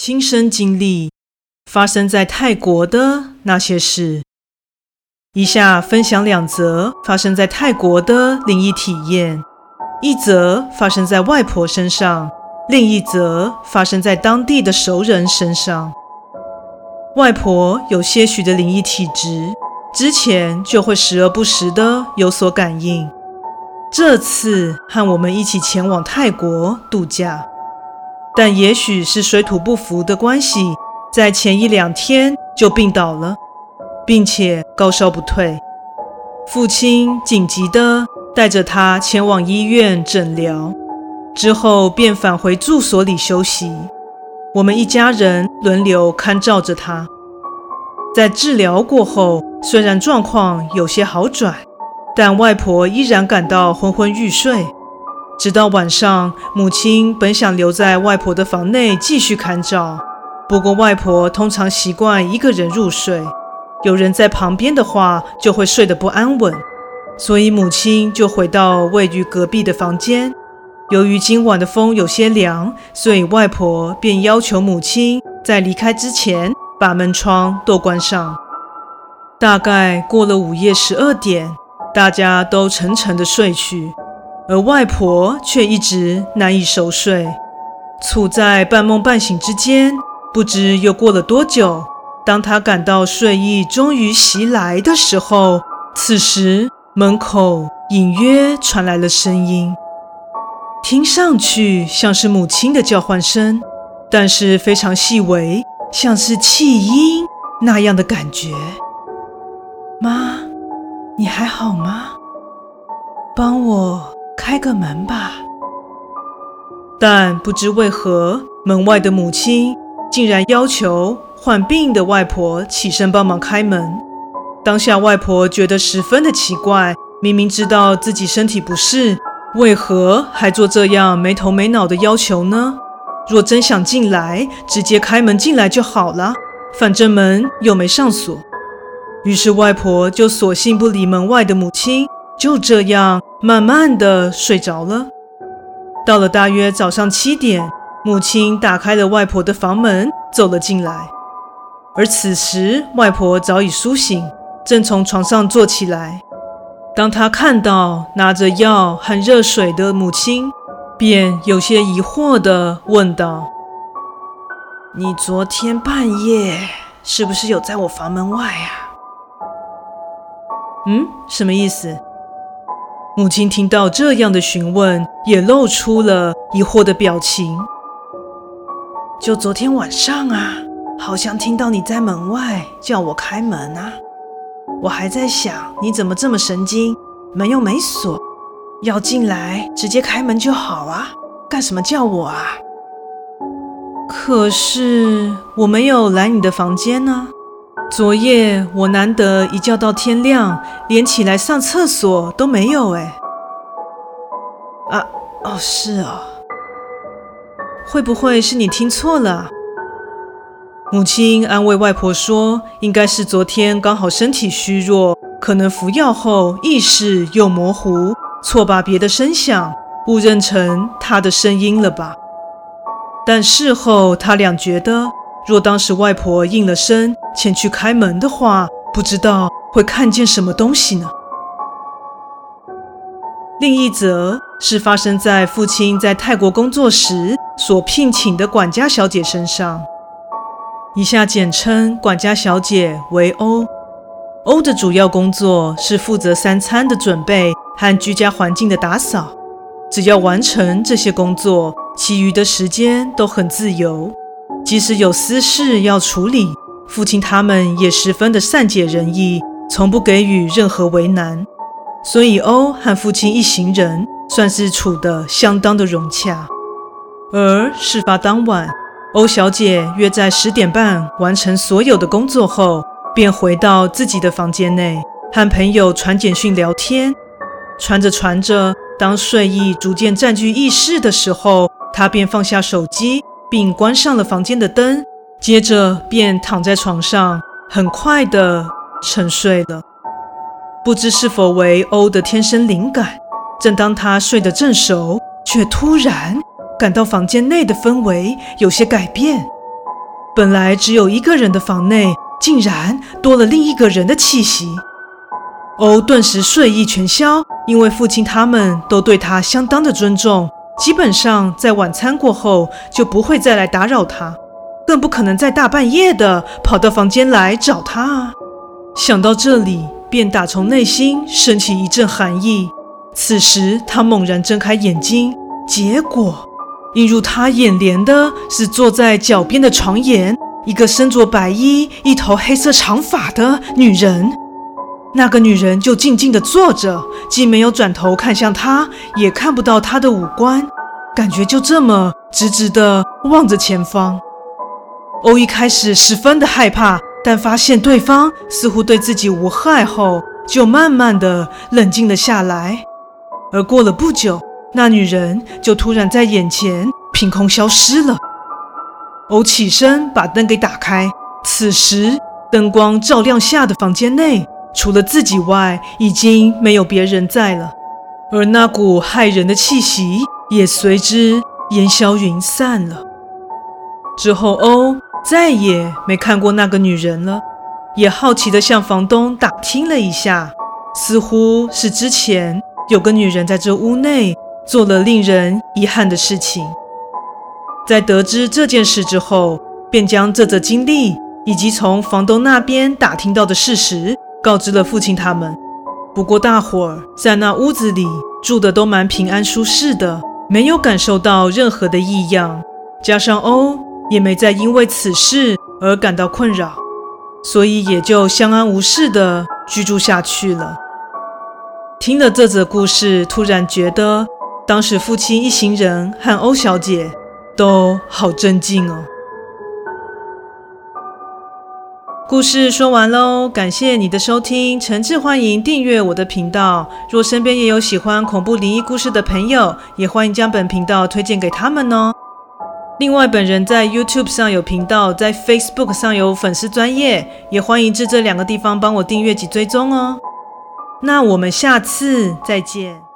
亲身经历发生在泰国的那些事。以下分享2则发生在泰国的灵异体验，一则发生在外婆身上，另一则发生在当地的熟人身上。外婆有些许的灵异体质，之前就会时而不时的有所感应。这次和我们一起前往泰国度假，但也许是水土不服的关系，在前1-2天就病倒了，并且高烧不退。父亲紧急地带着他前往医院诊疗，之后便返回住所里休息。我们一家人轮流看照着他。在治疗过后，虽然状况有些好转，但外婆依然感到昏昏欲睡。直到晚上，母亲本想留在外婆的房内继续看照，不过外婆通常习惯一个人入睡，有人在旁边的话就会睡得不安稳，所以母亲就回到位于隔壁的房间。由于今晚的风有些凉，所以外婆便要求母亲在离开之前把门窗都关上。大概过了午夜12点，大家都沉沉的睡去，而外婆却一直难以熟睡。处在半梦半醒之间，不知又过了多久，当她感到睡意终于袭来的时候，此时门口隐约传来了声音，听上去像是母亲的叫唤声，但是非常细微，像是气音那样的感觉。妈，你还好吗？帮我开个门吧。但不知为何，门外的母亲竟然要求患病的外婆起身帮忙开门。当下外婆觉得十分的奇怪，明明知道自己身体不适，为何还做这样没头没脑的要求呢？若真想进来，直接开门进来就好了，反正门又没上锁。于是外婆就索性不理门外的母亲，就这样慢慢的睡着了。到了大约早上7点，母亲打开了外婆的房门，走了进来。而此时外婆早已苏醒，正从床上坐起来。当她看到拿着药和热水的母亲，便有些疑惑地问道：你昨天半夜是不是有在我房门外啊？什么意思？母亲听到这样的询问，也露出了疑惑的表情。就昨天晚上啊，好像听到你在门外叫我开门啊。我还在想，你怎么这么神经，门又没锁，要进来直接开门就好啊，干什么叫我啊？可是我没有来你的房间啊。昨夜我难得一觉到天亮，连起来上厕所都没有是哦。会不会是你听错了啊？母亲安慰外婆说，应该是昨天刚好身体虚弱，可能服药后意识又模糊，错把别的声响误认成她的声音了吧。但事后他俩觉得，若当时外婆应了声前去开门的话，不知道会看见什么东西呢。另一则是发生在父亲在泰国工作时所聘请的管家小姐身上。以下简称管家小姐为欧。欧的主要工作是负责3餐的准备和居家环境的打扫，只要完成这些工作，其余的时间都很自由。即使有私事要处理，父亲他们也十分的善解人意，从不给予任何为难。所以欧和父亲一行人算是处得相当的融洽。而事发当晚，欧小姐约在10点半完成所有的工作后，便回到自己的房间内，和朋友传简讯聊天。传着传着，当睡意逐渐占据意识的时候，她便放下手机，并关上了房间的灯，接着便躺在床上，很快的沉睡了。不知是否为欧的天生灵感，正当她睡得正熟，却突然感到房间内的氛围有些改变。 本来只有一个人的房内，竟然多了另一个人的气息。欧顿时睡意全消，因为父亲他们都对他相当的尊重，基本上在晚餐过后就不会再来打扰他，更不可能在大半夜的跑到房间来找他啊。想到这里，便打从内心升起一阵寒意。此时他猛然睁开眼睛，结果映入他眼帘的是坐在脚边的床沿，一个身着白衣、一头黑色长发的女人。那个女人就静静地坐着，既没有转头看向他，也看不到他的五官，感觉就这么直直地望着前方。欧一开始十分的害怕，但发现对方似乎对自己无害后，就慢慢地冷静了下来。而过了不久，那女人就突然在眼前凭空消失了。欧起身把灯给打开，此时灯光照亮下的房间内，除了自己外，已经没有别人在了，而那股骇人的气息也随之烟消云散了。之后，欧再也没看过那个女人了，也好奇地向房东打听了一下，似乎是之前有个女人在这屋内做了令人遗憾的事情。在得知这件事之后，便将这则经历以及从房东那边打听到的事实告知了父亲他们。不过大伙儿在那屋子里住的都蛮平安舒适的，没有感受到任何的异样，加上欧也没再因为此事而感到困扰，所以也就相安无事的居住下去了。听了这则故事，突然觉得当时父亲一行人和欧小姐都好镇静哦。故事说完喽，感谢你的收听，诚挚欢迎订阅我的频道。若身边也有喜欢恐怖灵异故事的朋友，也欢迎将本频道推荐给他们哦。另外，本人在 YouTube 上有频道，在 Facebook 上有粉丝专页，也欢迎至这两个地方帮我订阅及追踪哦。那我们下次再见。